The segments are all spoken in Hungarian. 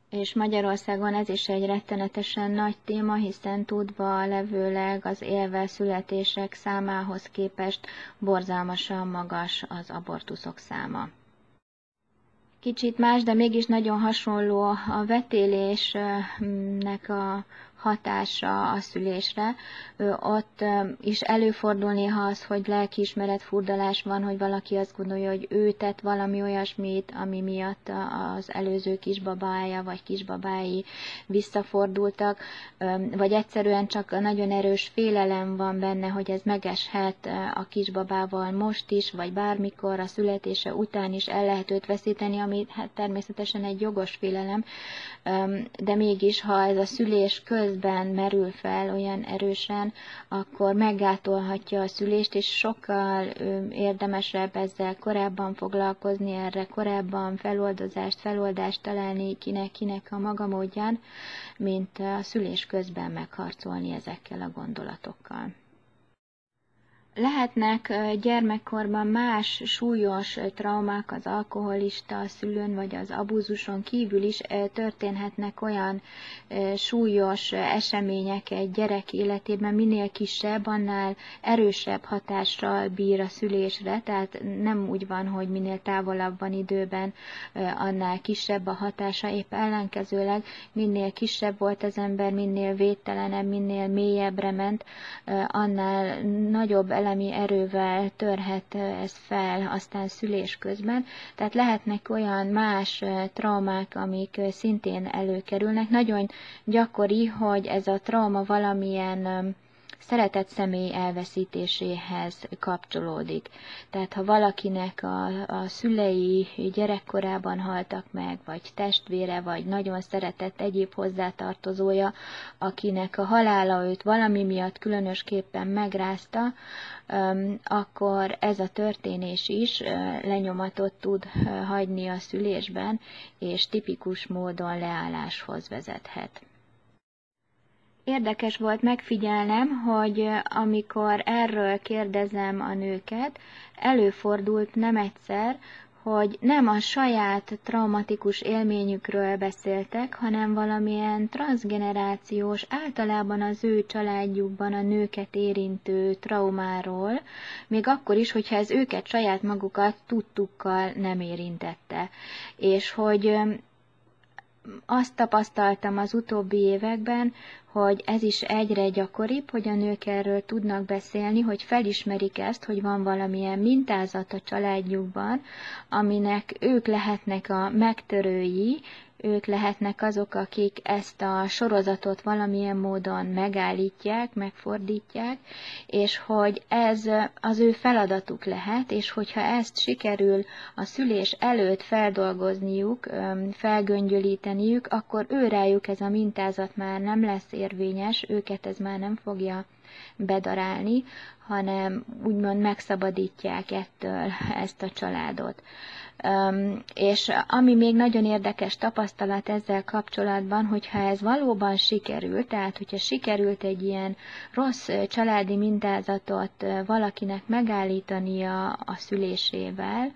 És Magyarországon ez is egy rettenetesen nagy téma, hiszen tudva levőleg az élve születések számához képest borzalmasan magas az abortuszok száma. Kicsit más, de mégis nagyon hasonló a vetélésnek a hatása a szülésre. Ott is előfordul néha az, hogy lelkiismeret furdalás van, hogy valaki azt gondolja, hogy ő tett valami olyasmit, ami miatt az előző kisbabája vagy kisbabái visszafordultak, vagy egyszerűen csak nagyon erős félelem van benne, hogy ez megeshet a kisbabával most is, vagy bármikor a születése után is el lehet őt veszíteni, ami hát természetesen egy jogos félelem, de mégis, ha ez a szülés közben merül fel olyan erősen, akkor meggátolhatja a szülést, és sokkal érdemesebb ezzel korábban foglalkozni, erre korábban feloldást találni kinek a maga módján, mint a szülés közben megharcolni ezekkel a gondolatokkal. Lehetnek gyermekkorban más súlyos traumák az alkoholista szülőn vagy az abúzuson kívül is történhetnek olyan súlyos események egy gyerek életében, minél kisebb, annál erősebb hatással bír a szülésre, tehát nem úgy van, hogy minél távolabb van időben, annál kisebb a hatása, épp ellenkezőleg minél kisebb volt az ember, minél védtelenebb, minél mélyebbre ment, annál nagyobb elemi erővel törhet ez fel aztán szülés közben. Tehát lehetnek olyan más traumák, amik szintén előkerülnek. Nagyon gyakori, hogy ez a trauma valamilyen szeretett személy elveszítéséhez kapcsolódik. Tehát ha valakinek a szülei gyerekkorában haltak meg, vagy testvére, vagy nagyon szeretett egyéb hozzátartozója, akinek a halála őt valami miatt különösképpen megrázta, akkor ez a történés is lenyomatot tud hagyni a szülésben, és tipikus módon leálláshoz vezethet. Érdekes volt megfigyelnem, hogy amikor erről kérdezem a nőket, előfordult nem egyszer, hogy nem a saját traumatikus élményükről beszéltek, hanem valamilyen transzgenerációs, általában az ő családjukban a nőket érintő traumáról, még akkor is, hogyha ez őket, saját magukat tudtukkal nem érintette. És hogy azt tapasztaltam az utóbbi években, hogy ez is egyre gyakoribb, hogy a nők erről tudnak beszélni, hogy felismerik ezt, hogy van valamilyen mintázat a családjukban, aminek ők lehetnek a megtörői, ők lehetnek azok, akik ezt a sorozatot valamilyen módon megállítják, megfordítják, és hogy ez az ő feladatuk lehet, és hogyha ezt sikerül a szülés előtt feldolgozniuk, felgöngyölíteniük, akkor őrájuk ez a mintázat már nem lesz érvényes, őket ez már nem fogja bedarálni, hanem úgymond megszabadítják ettől ezt a családot. És ami még nagyon érdekes tapasztalat ezzel kapcsolatban, hogyha ez valóban sikerült, tehát hogyha sikerült egy ilyen rossz családi mintázatot valakinek megállítania a szülésével,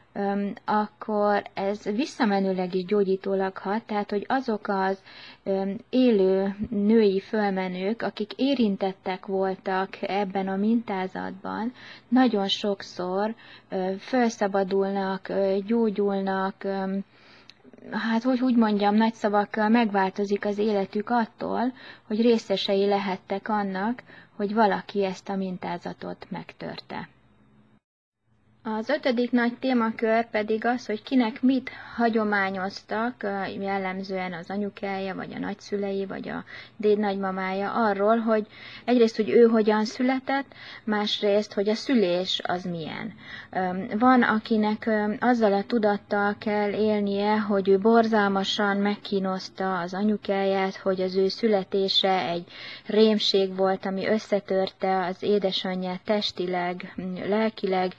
akkor ez visszamenőleg is gyógyítólag hat, tehát hogy azok az élő női fölmenők, akik érintettek voltak ebben a mintázatban, nagyon sokszor felszabadulnak, gyógyulnak, hát hogy úgy mondjam, nagy szavakkal megváltozik az életük attól, hogy részesei lehettek annak, hogy valaki ezt a mintázatot megtörte. Az 5. nagy témakör pedig az, hogy kinek mit hagyományoztak, jellemzően az anyukája, vagy a nagyszülei, vagy a dédnagymamája arról, hogy egyrészt, hogy ő hogyan született, másrészt, hogy a szülés az milyen. Van, akinek azzal a tudattal kell élnie, hogy ő borzalmasan megkínozta az anyukáját, hogy az ő születése egy rémség volt, ami összetörte az édesanyját testileg, lelkileg,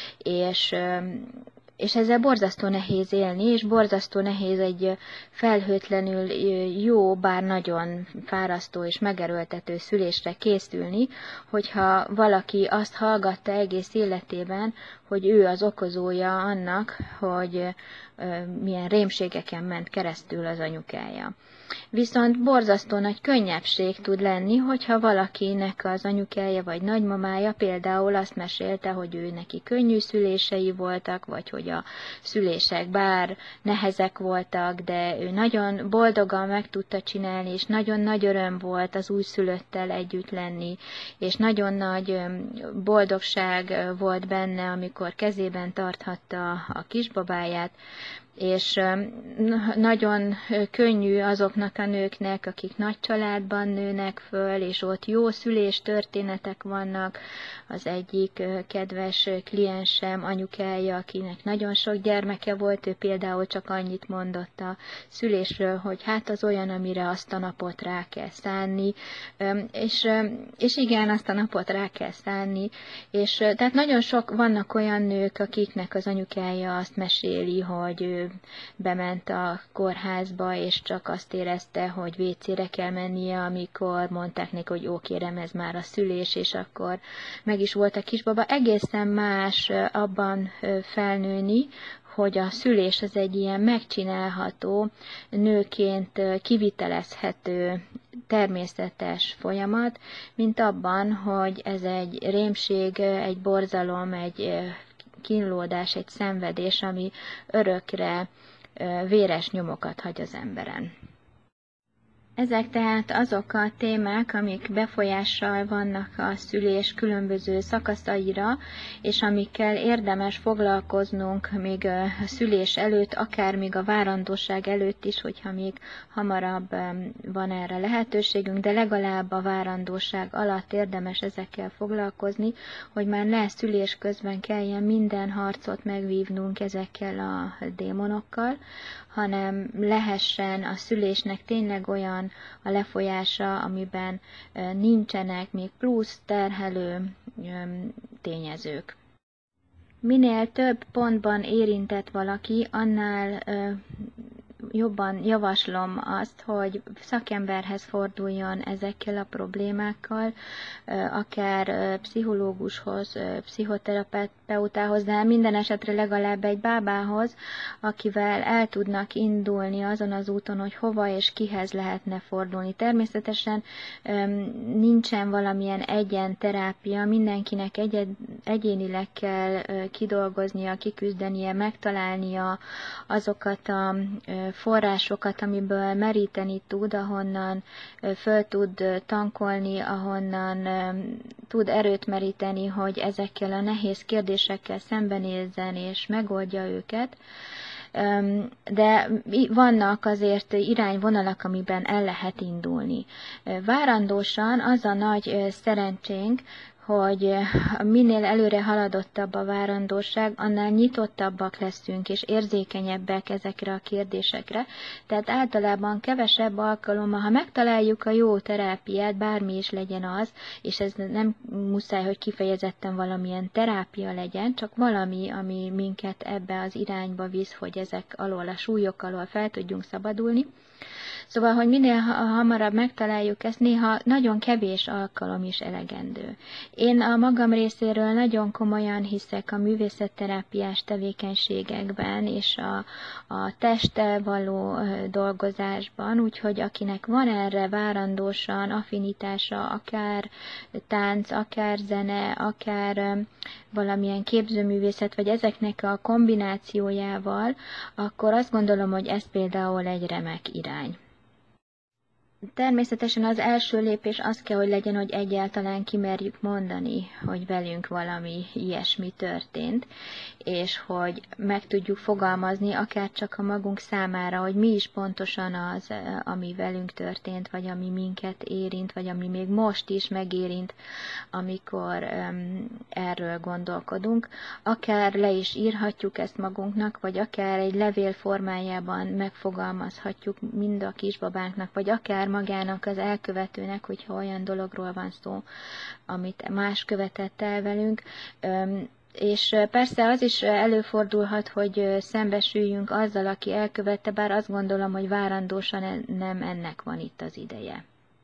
és ezzel borzasztó nehéz élni, és borzasztó nehéz egy felhőtlenül jó, bár nagyon fárasztó és megerőltető szülésre készülni, hogyha valaki azt hallgatta egész életében, hogy ő az okozója annak, hogy milyen rémségeken ment keresztül az anyukája. Viszont borzasztó nagy könnyebbség tud lenni, hogyha valakinek az anyukája vagy nagymamája például azt mesélte, hogy ő neki könnyű szülései voltak, vagy hogy a szülések bár nehezek voltak, de ő nagyon boldogan meg tudta csinálni, és nagyon nagy öröm volt az újszülöttel együtt lenni, és nagyon nagy boldogság volt benne, amikor kezében tarthatta a kisbabáját, és nagyon könnyű azoknak a nőknek, akik nagy családban nőnek föl, és ott jó szülés történetek vannak. Az egyik kedves kliensem anyukája, akinek nagyon sok gyermeke volt, ő például csak annyit mondott a szülésről, hogy hát az olyan, amire azt a napot rá kell szánni, és igen, azt a napot rá kell szánni, és tehát nagyon sok vannak olyan nők, akiknek az anyukája azt meséli, hogy ő bement a kórházba, és csak azt érezte, hogy WC-re kell mennie, amikor mondták neki, hogy ó, kérem, ez már a szülés, és akkor meg is volt a kisbaba. Egészen más abban felnőni, hogy a szülés az egy ilyen megcsinálható, nőként kivitelezhető, természetes folyamat, mint abban, hogy ez egy rémség, egy borzalom, egy kínlódás, egy szenvedés, ami örökre véres nyomokat hagy az emberen. Ezek tehát azok a témák, amik befolyással vannak a szülés különböző szakaszaira, és amikkel érdemes foglalkoznunk még a szülés előtt, akár még a várandóság előtt is, hogyha még hamarabb van erre lehetőségünk, de legalább a várandóság alatt érdemes ezekkel foglalkozni, hogy már ne szülés közben kelljen minden harcot megvívnunk ezekkel a démonokkal, hanem lehessen a szülésnek tényleg olyan a lefolyása, amiben nincsenek még plusz terhelő tényezők. Minél több pontban érintett valaki, annál jobban javaslom azt, hogy szakemberhez forduljon ezekkel a problémákkal, akár pszichológushoz, pszichoterapeutához, de minden esetre legalább egy bábához, akivel el tudnak indulni azon az úton, hogy hova és kihez lehetne fordulni. Természetesen nincsen valamilyen egyenterápia, mindenkinek egyénileg kell kidolgoznia, kiküzdenie, megtalálnia azokat a forrásokat, amiből meríteni tud, ahonnan föl tud tankolni, ahonnan tud erőt meríteni, hogy ezekkel a nehéz kérdésekkel szembenézzen és megoldja őket. De vannak azért irányvonalak, amiben el lehet indulni. Várandósan az a nagy szerencsénk, hogy minél előre haladottabb a várandóság, annál nyitottabbak leszünk, és érzékenyebbek ezekre a kérdésekre. Tehát általában kevesebb alkalommal, ha megtaláljuk a jó terápiát, bármi is legyen az, és ez nem muszáj, hogy kifejezetten valamilyen terápia legyen, csak valami, ami minket ebbe az irányba visz, hogy ezek alól, a súlyok alól fel tudjunk szabadulni. Szóval, hogy minél hamarabb megtaláljuk ezt, néha nagyon kevés alkalom is elegendő. Én a magam részéről nagyon komolyan hiszek a művészetterápiás tevékenységekben és a testtel való dolgozásban, úgyhogy akinek van erre várandósan affinitása, akár tánc, akár zene, akár valamilyen képzőművészet, vagy ezeknek a kombinációjával, akkor azt gondolom, hogy ez például egy remek irány. Természetesen az első lépés az kell, hogy legyen, hogy egyáltalán kimerjük mondani, hogy velünk valami ilyesmi történt, és hogy meg tudjuk fogalmazni, akár csak a magunk számára, hogy mi is pontosan az, ami velünk történt, vagy ami minket érint, vagy ami még most is megérint, amikor erről gondolkodunk. Akár le is írhatjuk ezt magunknak, vagy akár egy levél formájában megfogalmazhatjuk mind a kisbabánknak, vagy akár magának az elkövetőnek, hogyha olyan dologról van szó, amit más követett el velünk. És persze az is előfordulhat, hogy szembesüljünk azzal, aki elkövette, bár azt gondolom, hogy várandósan nem ennek van itt az ideje.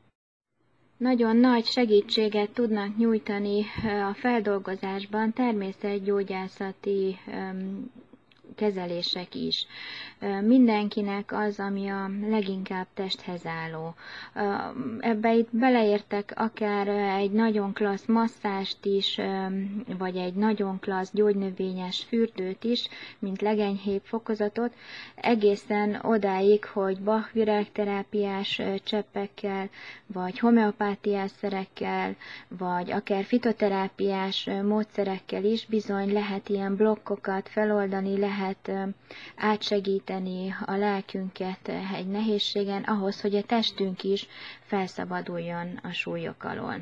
Nagyon nagy segítséget tudnak nyújtani a feldolgozásban természetgyógyászati kezelések is. Mindenkinek az, ami a leginkább testhez álló. Ebbe itt beleértek akár egy nagyon klassz masszást is, vagy egy nagyon klassz gyógynövényes fürdőt is, mint legenyhébb fokozatot, egészen odáig, hogy Bach virágterápiás cseppekkel, vagy homeopátiás szerekkel, vagy akár fitoterápiás módszerekkel is bizony lehet ilyen blokkokat feloldani, lehet átsegíteni a lelkünket egy nehézségen ahhoz, hogy a testünk is felszabaduljon a súlyok alól.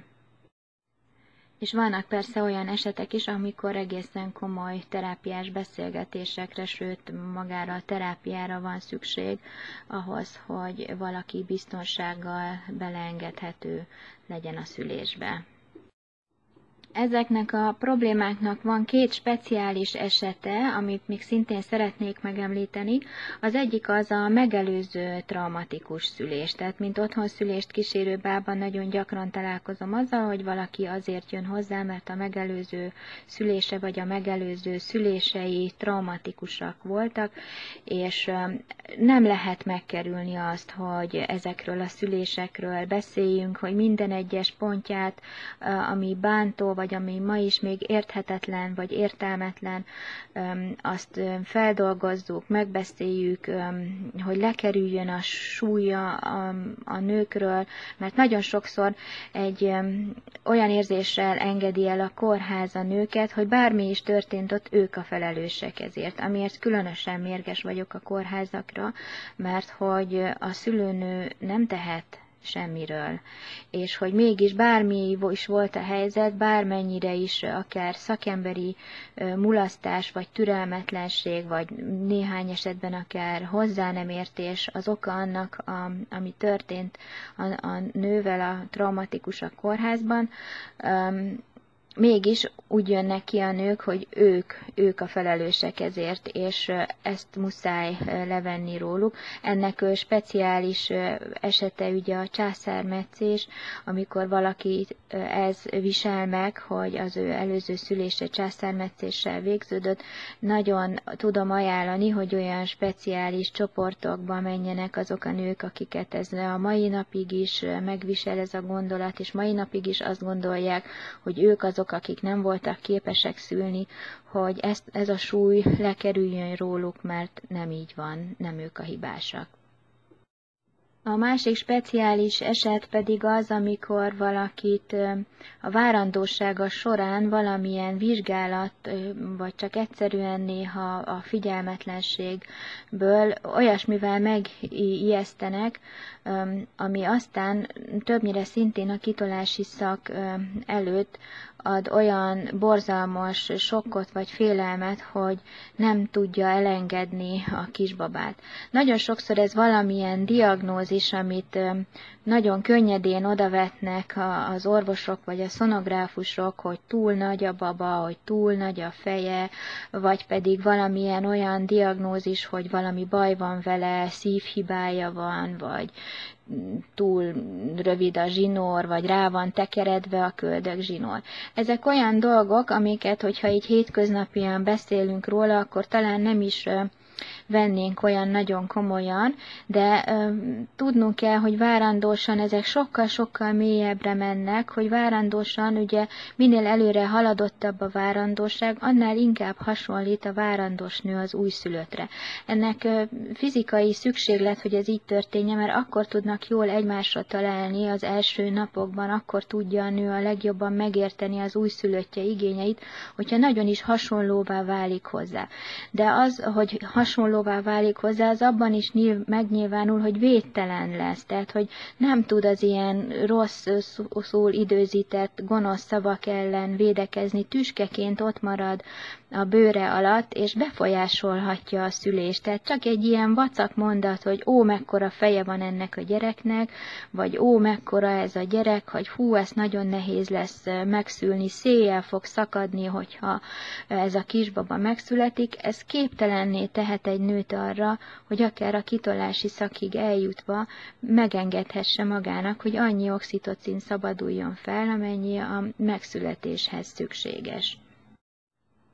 És vannak persze olyan esetek is, amikor egészen komoly terápiás beszélgetésekre, sőt magára a terápiára van szükség ahhoz, hogy valaki biztonsággal beleengedhető legyen a szülésbe. Ezeknek a problémáknak van két speciális esete, amit még szintén szeretnék megemlíteni. Az egyik az a megelőző traumatikus szülés. Tehát, mint otthonszülést kísérő bában nagyon gyakran találkozom azzal, hogy valaki azért jön hozzá, mert a megelőző szülése vagy a megelőző szülései traumatikusak voltak, és nem lehet megkerülni azt, hogy ezekről a szülésekről beszéljünk, hogy minden egyes pontját, ami bántó, vagy ami ma is még érthetetlen, vagy értelmetlen, azt feldolgozzuk, megbeszéljük, hogy lekerüljön a súlya a nőkről, mert nagyon sokszor egy olyan érzéssel engedi el a kórház a nőket, hogy bármi is történt ott, ők a felelősek ezért, amiért különösen mérges vagyok a kórházakra, mert hogy a szülőnő nem tehet semmiről. És hogy mégis bármi is volt a helyzet, bármennyire is akár szakemberi mulasztás, vagy türelmetlenség, vagy néhány esetben akár hozzá nem értés az oka annak, ami történt a nővel a traumatikus a kórházban, mégis úgy jönnek ki a nők, hogy ők a felelősek ezért, és ezt muszáj levenni róluk. Ennek speciális esete ugye a császármetszés, amikor valaki ez visel meg, hogy az ő előző szülése császármetszéssel végződött. Nagyon tudom ajánlani, hogy olyan speciális csoportokba menjenek azok a nők, akiket ez a mai napig is megvisel ez a gondolat, és mai napig is azt gondolják, hogy ők azok, akik nem voltak képesek szülni, hogy ez a súly lekerüljön róluk, mert nem így van, nem ők a hibásak. A másik speciális eset pedig az, amikor valakit a várandósága során valamilyen vizsgálat, vagy csak egyszerűen néha a figyelmetlenségből olyasmivel megijesztenek, ami aztán többnyire szintén a kitolási szak előtt ad olyan borzalmas sokkot vagy félelmet, hogy nem tudja elengedni a kisbabát. Nagyon sokszor ez valamilyen diagnózis, amit nagyon könnyedén odavetnek az orvosok vagy a szonográfusok, hogy túl nagy a baba, hogy túl nagy a feje, vagy pedig valamilyen olyan diagnózis, hogy valami baj van vele, szívhibája van, vagy túl rövid a zsinór, vagy rá van tekeredve a köldögzsinór. Ezek olyan dolgok, amiket, hogyha így hétköznapian beszélünk róla, akkor talán nem is vennénk olyan nagyon komolyan, de tudnunk kell, hogy várandósan ezek sokkal-sokkal mélyebbre mennek, hogy várandósan ugye minél előre haladottabb a várandóság, annál inkább hasonlít a várandós nő az újszülöttre. Ennek fizikai szükséglet, hogy ez így történjen, mert akkor tudnak jól egymásra találni az első napokban, akkor tudja a nő a legjobban megérteni az újszülöttje igényeit, hogyha nagyon is hasonlóvá válik hozzá. De az, hogy hasonlóvá válik hozzá, az abban is megnyilvánul, hogy védtelen lesz. Tehát, hogy nem tud az ilyen rosszul időzített, gonosz szavak ellen védekezni, tüskeként ott marad a bőre alatt, és befolyásolhatja a szülést. Tehát csak egy ilyen vacak mondat, hogy ó, mekkora feje van ennek a gyereknek, vagy ó, mekkora ez a gyerek, hogy hú, ezt nagyon nehéz lesz megszülni, széjjel fog szakadni, hogyha ez a kisbaba megszületik. Ez képtelenné tehet egy nőt arra, hogy akár a kitolási szakig eljutva megengedhesse magának, hogy annyi oxitocin szabaduljon fel, amennyi a megszületéshez szükséges.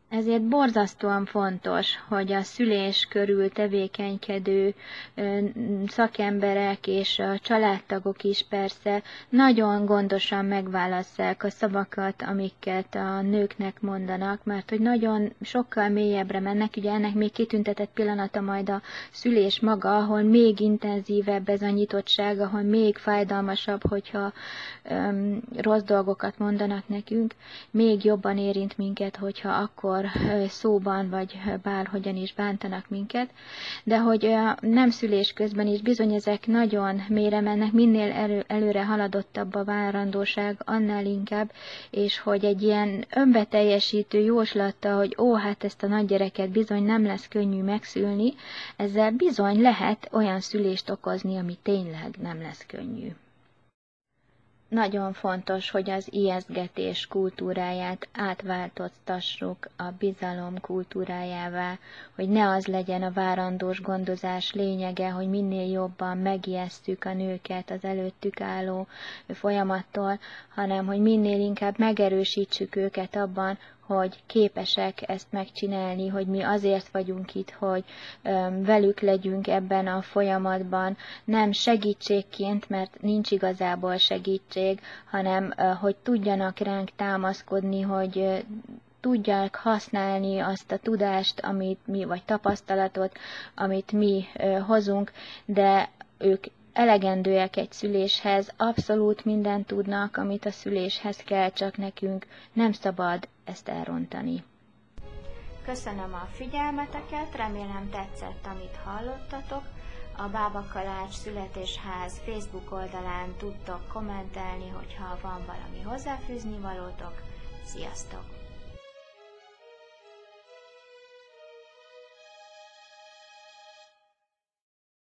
Ezért borzasztóan fontos, hogy a szülés körül tevékenykedő szakemberek és a családtagok is persze nagyon gondosan megválasszák a szavakat, amiket a nőknek mondanak, mert hogy nagyon sokkal mélyebbre mennek, ugye ennek még kitüntetett pillanata majd a szülés maga, ahol még intenzívebb ez a nyitottság, ahol még fájdalmasabb, hogyha rossz dolgokat mondanak nekünk, még jobban érint minket, hogyha akkor szóban vagy bárhogyan is bántanak minket, de hogy nem szülés közben is bizony ezek nagyon mélyre mennek, minél előre haladottabb a várandóság, annál inkább, és hogy egy ilyen önbeteljesítő jóslatta, hogy hát ezt a nagygyereket bizony nem lesz könnyű megszülni, ezzel bizony lehet olyan szülést okozni, ami tényleg nem lesz könnyű. Nagyon fontos, hogy az ijesztgetés kultúráját átváltoztassuk a bizalom kultúrájává, hogy ne az legyen a várandós gondozás lényege, hogy minél jobban megijesztjük a nőket az előttük álló folyamattól, hanem hogy minél inkább megerősítsük őket abban, hogy képesek ezt megcsinálni, hogy mi azért vagyunk itt, hogy velük legyünk ebben a folyamatban, nem segítségként, mert nincs igazából segítség, hanem hogy tudjanak ránk támaszkodni, hogy tudják használni azt a tudást, amit mi, vagy tapasztalatot, amit mi hozunk, de ők elegendőek egy szüléshez, abszolút mindent tudnak, amit a szüléshez kell, csak nekünk nem szabad ezt elrontani. Köszönöm a figyelmeteket, remélem tetszett, amit hallottatok. A Bába Kalács Születésház Facebook oldalán tudtok kommentelni, hogyha van valami hozzáfűzni valótok. Sziasztok!